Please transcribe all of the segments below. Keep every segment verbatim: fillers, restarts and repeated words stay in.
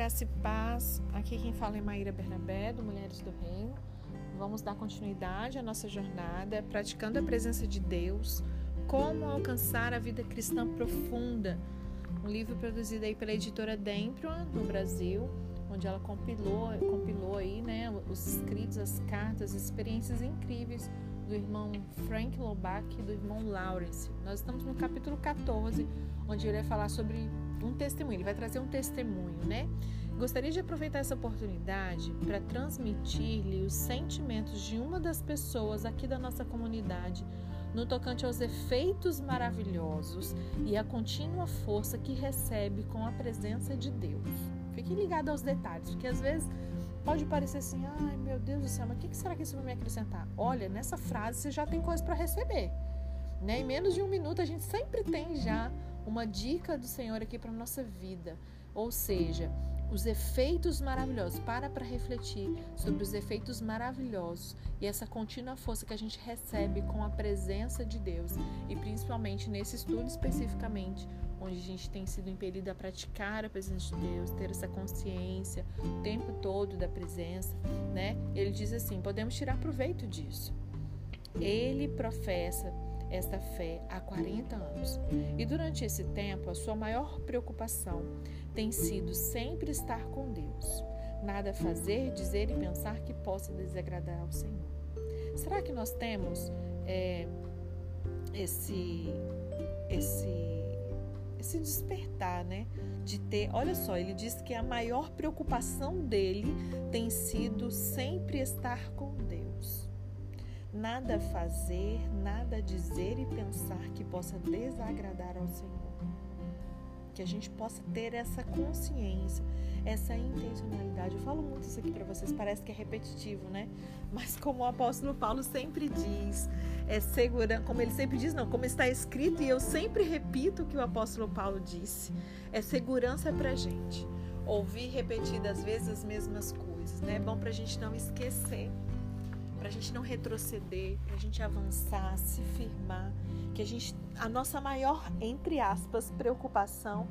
Graça e paz, aqui quem fala é Maíra Bernabé, do Mulheres do Reino. Vamos dar continuidade à nossa jornada, praticando a presença de Deus, como alcançar a vida cristã profunda. Um livro produzido aí pela editora Dempro, no Brasil, onde ela compilou, compilou aí, né, os escritos, as cartas, as experiências incríveis do irmão Frank Laubach e do irmão Lawrence. Nós estamos no capítulo catorze, onde ele vai falar sobre um testemunho, ele vai trazer um testemunho, né? Gostaria de aproveitar essa oportunidade para transmitir-lhe os sentimentos de uma das pessoas aqui da nossa comunidade no tocante aos efeitos maravilhosos e a contínua força que recebe com a presença de Deus. Fique ligado aos detalhes, porque às vezes pode parecer assim, ai meu Deus do céu, mas o que será que isso vai me acrescentar? Olha, nessa frase você já tem coisa para receber, né? Em menos de um minuto a gente sempre tem já uma dica do Senhor aqui para a nossa vida, ou seja, os efeitos maravilhosos. Para para refletir sobre os efeitos maravilhosos e essa contínua força que a gente recebe com a presença de Deus, e principalmente nesse estudo especificamente, onde a gente tem sido impelido a praticar a presença de Deus, ter essa consciência o tempo todo da presença, né? Ele diz assim, podemos tirar proveito disso. Ele professa esta fé há quarenta anos. E durante esse tempo, a sua maior preocupação tem sido sempre estar com Deus. Nada fazer, dizer e pensar que possa desagradar ao Senhor. Será que nós temos é, esse, esse, esse despertar, né? De ter, olha só, ele diz que a maior preocupação dele tem sido sempre estar com Deus. Nada fazer, nada dizer e pensar que possa desagradar ao Senhor. Que a gente possa ter essa consciência, essa intencionalidade. Eu falo muito isso aqui para vocês, parece que é repetitivo, né? Mas como o apóstolo Paulo sempre diz, é segura, como ele sempre diz, não, como está escrito, e eu sempre repito o que o apóstolo Paulo disse, é segurança pra gente. Ouvir repetidas vezes as mesmas coisas, né? É bom pra gente não esquecer, para a gente não retroceder, para a gente avançar, se firmar, que a gente, a nossa maior, entre aspas, preocupação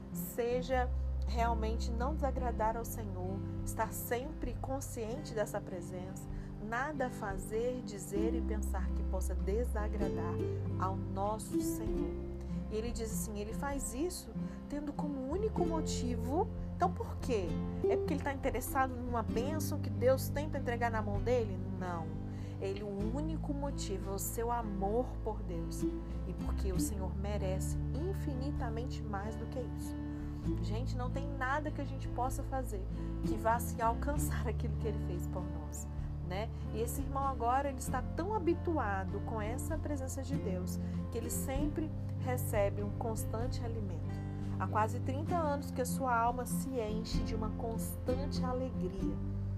seja realmente não desagradar ao Senhor, estar sempre consciente dessa presença, nada fazer, dizer e pensar que possa desagradar ao nosso Senhor. E ele diz assim, ele faz isso tendo como único motivo. Então por quê? É porque ele está interessado numa bênção que Deus tem para entregar na mão dele? Não. Ele, o único motivo é o seu amor por Deus. E porque o Senhor merece infinitamente mais do que isso. Gente, não tem nada que a gente possa fazer que vá se alcançar aquilo que ele fez por nós, né? E esse irmão agora, ele está tão habituado com essa presença de Deus que ele sempre recebe um constante alimento. Há quase trinta anos que a sua alma se enche de uma constante alegria.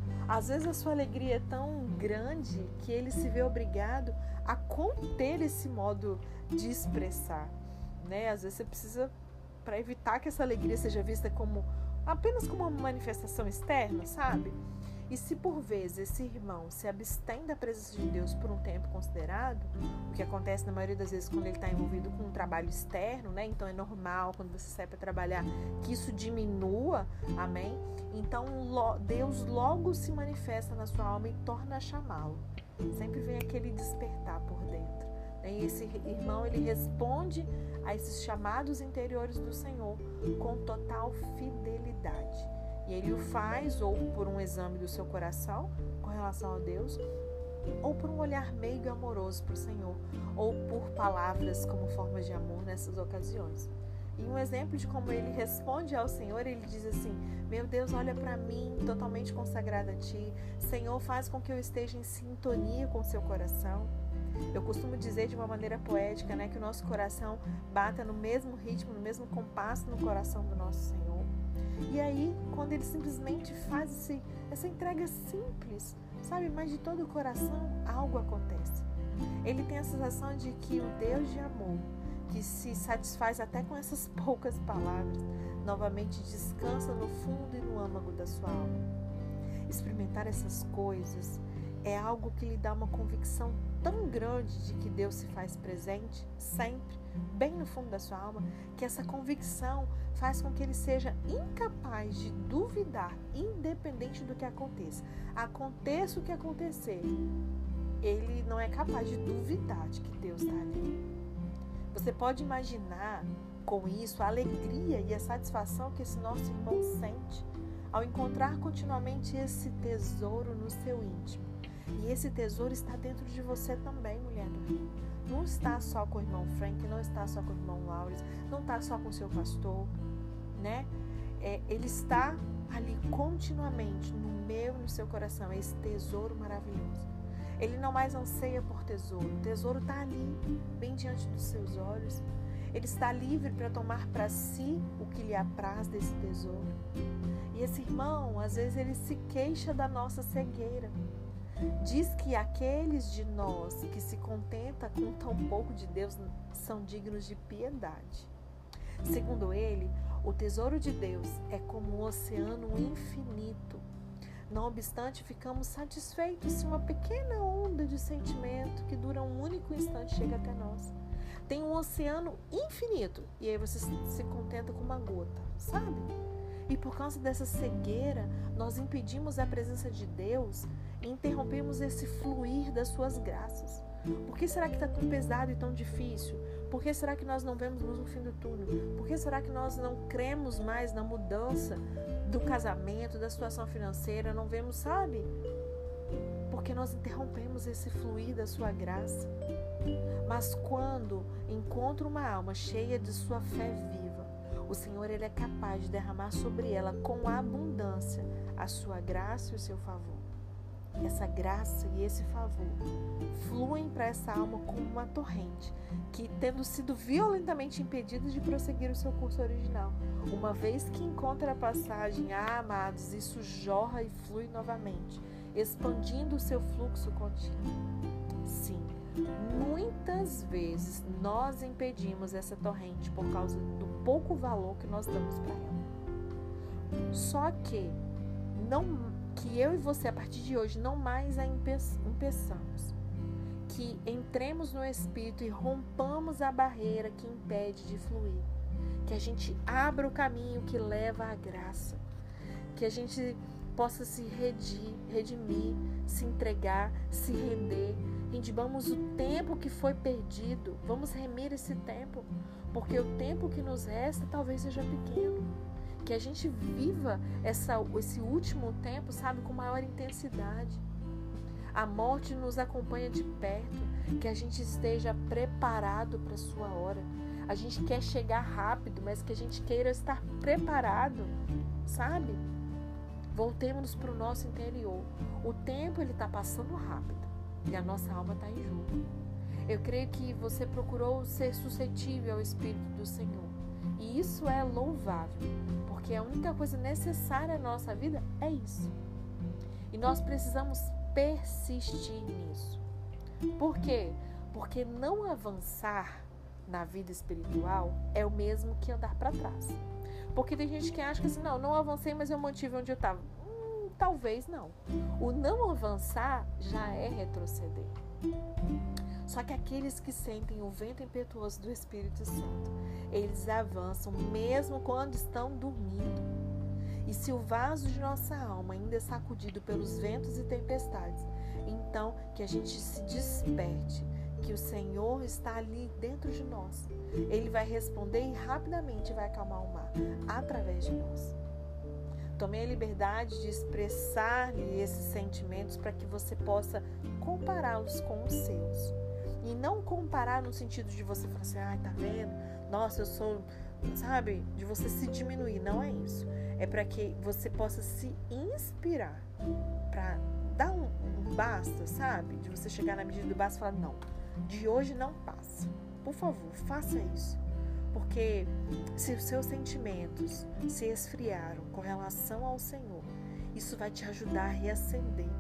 Às vezes a sua alegria é tão grande que ele se vê obrigado a conter esse modo de expressar, né? Às vezes você precisa, para evitar que essa alegria seja vista como apenas como uma manifestação externa, sabe? E se por vezes esse irmão se abstém da presença de Deus por um tempo considerado, o que acontece na maioria das vezes quando ele está envolvido com um trabalho externo, né? Então é normal quando você sai para trabalhar que isso diminua, amém? Então Deus logo se manifesta na sua alma e torna a chamá-lo. Sempre vem aquele despertar por dentro. E esse irmão, ele responde a esses chamados interiores do Senhor com total fidelidade. E ele o faz ou por um exame do seu coração com relação a Deus, ou por um olhar meigo e amoroso para o Senhor, ou por palavras como forma de amor nessas ocasiões. E um exemplo de como ele responde ao Senhor, ele diz assim, meu Deus, olha para mim, totalmente consagrada a Ti. Senhor, faz com que eu esteja em sintonia com o seu coração. Eu costumo dizer de uma maneira poética, né, que o nosso coração bata no mesmo ritmo, no mesmo compasso no coração do nosso Senhor. E aí, quando ele simplesmente faz esse, essa entrega simples, sabe, mas de todo o coração, algo acontece. Ele tem a sensação de que o Deus de amor, que se satisfaz até com essas poucas palavras, novamente descansa no fundo e no âmago da sua alma. Experimentar essas coisas é algo que lhe dá uma convicção tão grande de que Deus se faz presente sempre, bem no fundo da sua alma, que essa convicção faz com que ele seja incapaz de duvidar, independente do que aconteça. Aconteça o que acontecer, ele não é capaz de duvidar de que Deus está ali. Você pode imaginar com isso a alegria e a satisfação que esse nosso irmão sente ao encontrar continuamente esse tesouro no seu íntimo. E esse tesouro está dentro de você também, mulher do reino. Não está só com o irmão Frank, não está só com o irmão Laures, não está só com o seu pastor, né? É, ele está ali continuamente no meu e no seu coração, esse tesouro maravilhoso. Ele não mais anseia por tesouro, o tesouro está ali, bem diante dos seus olhos. Ele está livre para tomar para si o que lhe apraz desse tesouro. E esse irmão, às vezes, ele se queixa da nossa cegueira. Diz que aqueles de nós que se contenta com tão pouco de Deus são dignos de piedade. Segundo ele, o tesouro de Deus é como um oceano infinito. Não obstante, ficamos satisfeitos se uma pequena onda de sentimento que dura um único instante chega até nós. Tem um oceano infinito e aí você se contenta com uma gota, sabe? E por causa dessa cegueira, nós impedimos a presença de Deus e interrompemos esse fluir das suas graças. Por que será que está tão pesado e tão difícil? Por que será que nós não vemos luz no fim do túnel? Por que será que nós não cremos mais na mudança do casamento, da situação financeira? Não vemos, sabe? Porque nós interrompemos esse fluir da sua graça. Mas quando encontra uma alma cheia de sua fé viva, o Senhor ele é capaz de derramar sobre ela com abundância a sua graça e o seu favor. Essa graça e esse favor fluem para essa alma como uma torrente que, tendo sido violentamente impedida de prosseguir o seu curso original, uma vez que encontra a passagem, ah, amados, isso jorra e flui novamente, expandindo o seu fluxo contínuo. Sim, muitas vezes nós impedimos essa torrente por causa do pouco valor que nós damos para ela. Só que não que eu e você, a partir de hoje, não mais a impeçamos. Que entremos no Espírito e rompamos a barreira que impede de fluir. Que a gente abra o caminho que leva à graça. Que a gente possa se redir, redimir, se entregar, se render. Rendimamos o tempo que foi perdido. Vamos remir esse tempo. Porque o tempo que nos resta talvez seja pequeno. Que a gente viva essa, esse último tempo, sabe, com maior intensidade. A morte nos acompanha de perto, que a gente esteja preparado para a sua hora. A gente quer chegar rápido, mas que a gente queira estar preparado, sabe? Voltemos para o nosso interior. O tempo ele está passando rápido e a nossa alma está em jogo. Eu creio que você procurou ser suscetível ao Espírito do Senhor. E isso é louvável, porque a única coisa necessária na nossa vida é isso. E nós precisamos persistir nisso. Por quê? Porque não avançar na vida espiritual é o mesmo que andar para trás. Porque tem gente que acha que assim, não, não avancei, mas eu mantive onde eu estava. Hum, talvez não. O não avançar já é retroceder. Só que aqueles que sentem o vento impetuoso do Espírito Santo, eles avançam mesmo quando estão dormindo. E se o vaso de nossa alma ainda é sacudido pelos ventos e tempestades, então que a gente se desperte, que o Senhor está ali dentro de nós. Ele vai responder e rapidamente vai acalmar o mar, através de nós. Tomei a liberdade de expressar-lhe esses sentimentos para que você possa compará-los com os seus. E não comparar no sentido de você falar assim, ai, tá vendo? Nossa, eu sou, sabe? De você se diminuir. Não é isso. É para que você possa se inspirar. Para dar um, um basta, sabe? De você chegar na medida do basta e falar, não, de hoje não passa. Por favor, faça isso. Porque se os seus sentimentos se esfriaram com relação ao Senhor, isso vai te ajudar a reacender.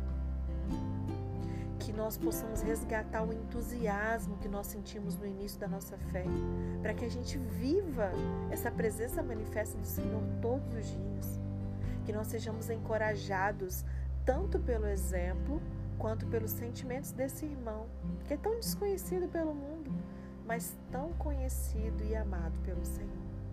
Que nós possamos resgatar o entusiasmo que nós sentimos no início da nossa fé, para que a gente viva essa presença manifesta do Senhor todos os dias. Que nós sejamos encorajados tanto pelo exemplo quanto pelos sentimentos desse irmão, que é tão desconhecido pelo mundo, mas tão conhecido e amado pelo Senhor.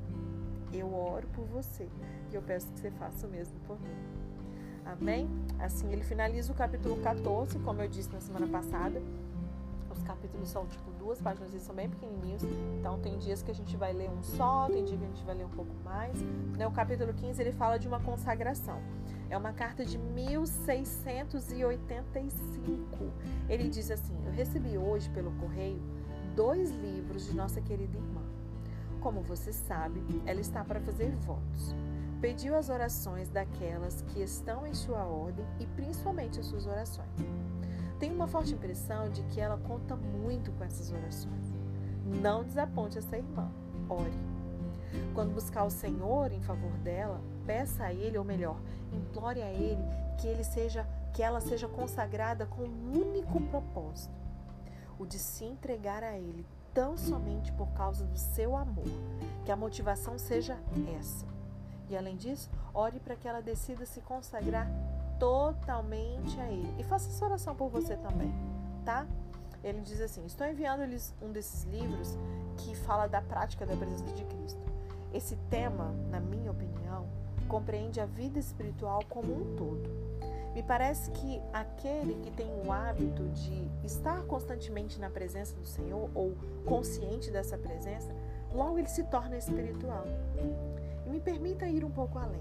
Eu oro por você e eu peço que você faça o mesmo por mim. Amém? Assim ele finaliza o capítulo catorze, como eu disse na semana passada. Os capítulos são tipo duas páginas e são bem pequenininhos, então tem dias que a gente vai ler um só, tem dia que a gente vai ler um pouco mais. O capítulo quinze ele fala de uma consagração. É uma carta de mil seiscentos e oitenta e cinco. Ele diz assim: eu recebi hoje pelo correio dois livros de nossa querida irmã. Como você sabe, ela está para fazer votos. Pediu as orações daquelas que estão em sua ordem e principalmente as suas orações. Tenho uma forte impressão de que ela conta muito com essas orações. Não desaponte essa irmã. Ore. Quando buscar o Senhor em favor dela, peça a Ele, ou melhor, implore a Ele que, ele seja, que ela seja consagrada com um único propósito, o de se entregar a Ele tão somente por causa do seu amor, que a motivação seja essa. E além disso, ore para que ela decida se consagrar totalmente a Ele. E faça essa oração por você também, tá? Ele diz assim: estou enviando-lhes um desses livros que fala da prática da presença de Cristo. Esse tema, na minha opinião, compreende a vida espiritual como um todo. Me parece que aquele que tem o hábito de estar constantemente na presença do Senhor, ou consciente dessa presença, logo ele se torna espiritual. E me permita ir um pouco além.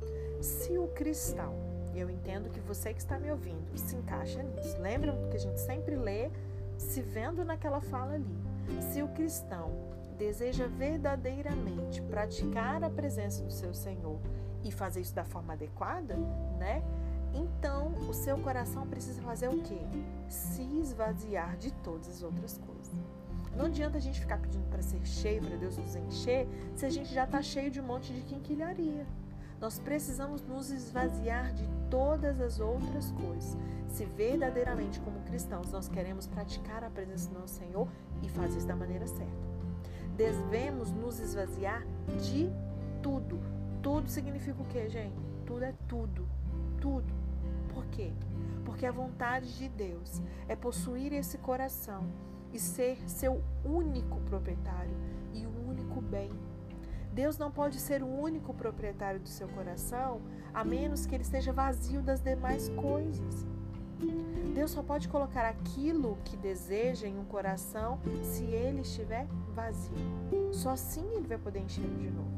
Se o cristão, e eu entendo que você que está me ouvindo se encaixa nisso, lembra que a gente sempre lê se vendo naquela fala ali. Se o cristão deseja verdadeiramente praticar a presença do seu Senhor e fazer isso da forma adequada, né? Então, o seu coração precisa fazer o quê? Se esvaziar de todas as outras coisas. Não adianta a gente ficar pedindo para ser cheio, para Deus nos encher, se a gente já está cheio de um monte de quinquilharia. Nós precisamos nos esvaziar de todas as outras coisas. Se verdadeiramente, como cristãos, nós queremos praticar a presença do nosso Senhor e fazer isso da maneira certa. Devemos nos esvaziar de tudo. Tudo significa o quê, gente? Tudo é tudo. Tudo. Por quê? Porque a vontade de Deus é possuir esse coração e ser seu único proprietário e o único bem. Deus não pode ser o único proprietário do seu coração a menos que ele esteja vazio das demais coisas. Deus só pode colocar aquilo que deseja em um coração se ele estiver vazio. Só assim ele vai poder enchê-lo de novo.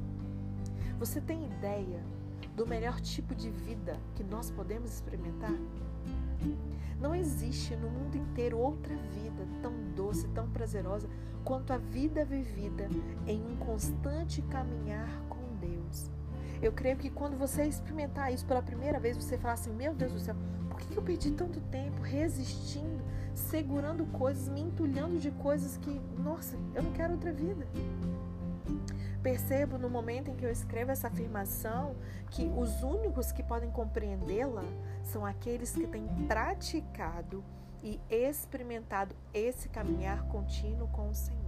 Você tem ideia do melhor tipo de vida que nós podemos experimentar? Não existe no mundo inteiro outra vida tão doce, tão prazerosa quanto a vida vivida em um constante caminhar com Deus. Eu creio que quando você experimentar isso pela primeira vez, você falar assim: meu Deus do céu, por que eu perdi tanto tempo resistindo, segurando coisas, me entulhando de coisas que, nossa, eu não quero outra vida. Percebo no momento em que eu escrevo essa afirmação que os únicos que podem compreendê-la são aqueles que têm praticado e experimentado esse caminhar contínuo com o Senhor.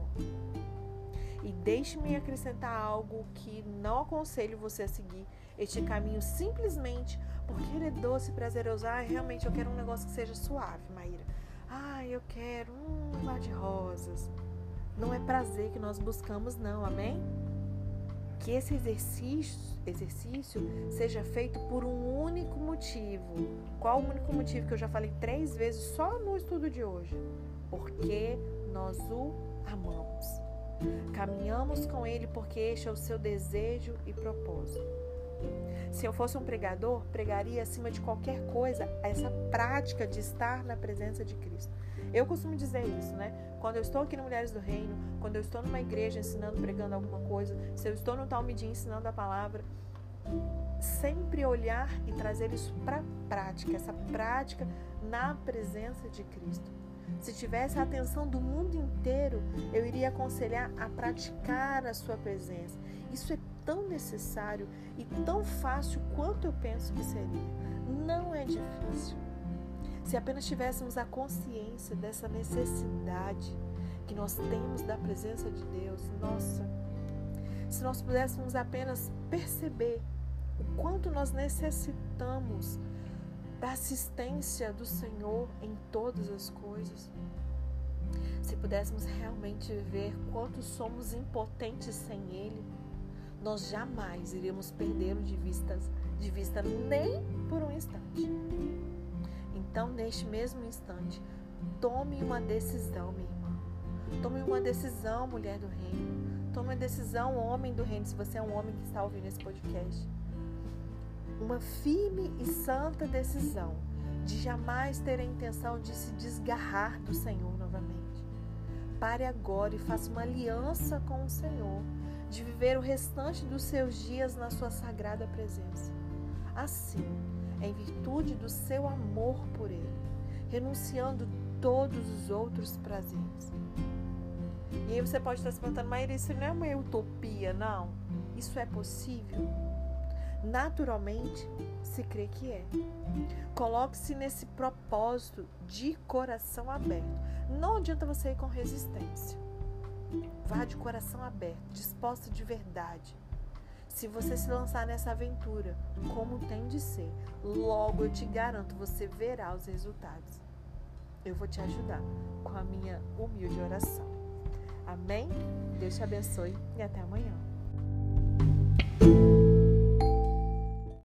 E deixe-me acrescentar algo que não aconselho você a seguir este caminho simplesmente porque ele é doce e prazeroso. Ah, realmente eu quero um negócio que seja suave, Maíra. Ah, eu quero um mar de rosas. Não é prazer que nós buscamos, não, amém? Que esse exercício, exercício seja feito por um único motivo. Qual o único motivo que eu já falei três vezes só no estudo de hoje? Porque nós o amamos. Caminhamos com ele porque este é o seu desejo e propósito. Se eu fosse um pregador, pregaria acima de qualquer coisa essa prática de estar na presença de Cristo. Eu costumo dizer isso, né? Quando eu estou aqui no Mulheres do Reino, quando eu estou numa igreja ensinando, pregando alguma coisa, se eu estou no Talmidim ensinando a palavra, sempre olhar e trazer isso para a prática, essa prática na presença de Cristo. Se tivesse a atenção do mundo inteiro, eu iria aconselhar a praticar a sua presença. Isso é tão necessário e tão fácil quanto eu penso que seria. Não é difícil. Se apenas tivéssemos a consciência dessa necessidade que nós temos da presença de Deus, nossa, se nós pudéssemos apenas perceber o quanto nós necessitamos da assistência do Senhor em todas as coisas. Se pudéssemos realmente ver quanto somos impotentes sem Ele, nós jamais iríamos perdê-lo de vista, de vista nem por um instante. Então, neste mesmo instante, tome uma decisão, minha irmã. Tome uma decisão, mulher do reino. Tome uma decisão, homem do reino, se você é um homem que está ouvindo esse podcast. Uma firme e santa decisão de jamais ter a intenção de se desgarrar do Senhor novamente. Pare agora e faça uma aliança com o Senhor, de viver o restante dos seus dias na sua sagrada presença. Assim, em virtude do seu amor por Ele, renunciando todos os outros prazeres. E aí você pode estar se perguntando, mas isso não é uma utopia, não? Isso é possível? Naturalmente, se crê que é. Coloque-se nesse propósito de coração aberto. Não adianta você ir com resistência. Vá de coração aberto, disposto de verdade. Se você se lançar nessa aventura, como tem de ser, logo eu te garanto, você verá os resultados. Eu vou te ajudar com a minha humilde oração. Amém? Deus te abençoe e até amanhã.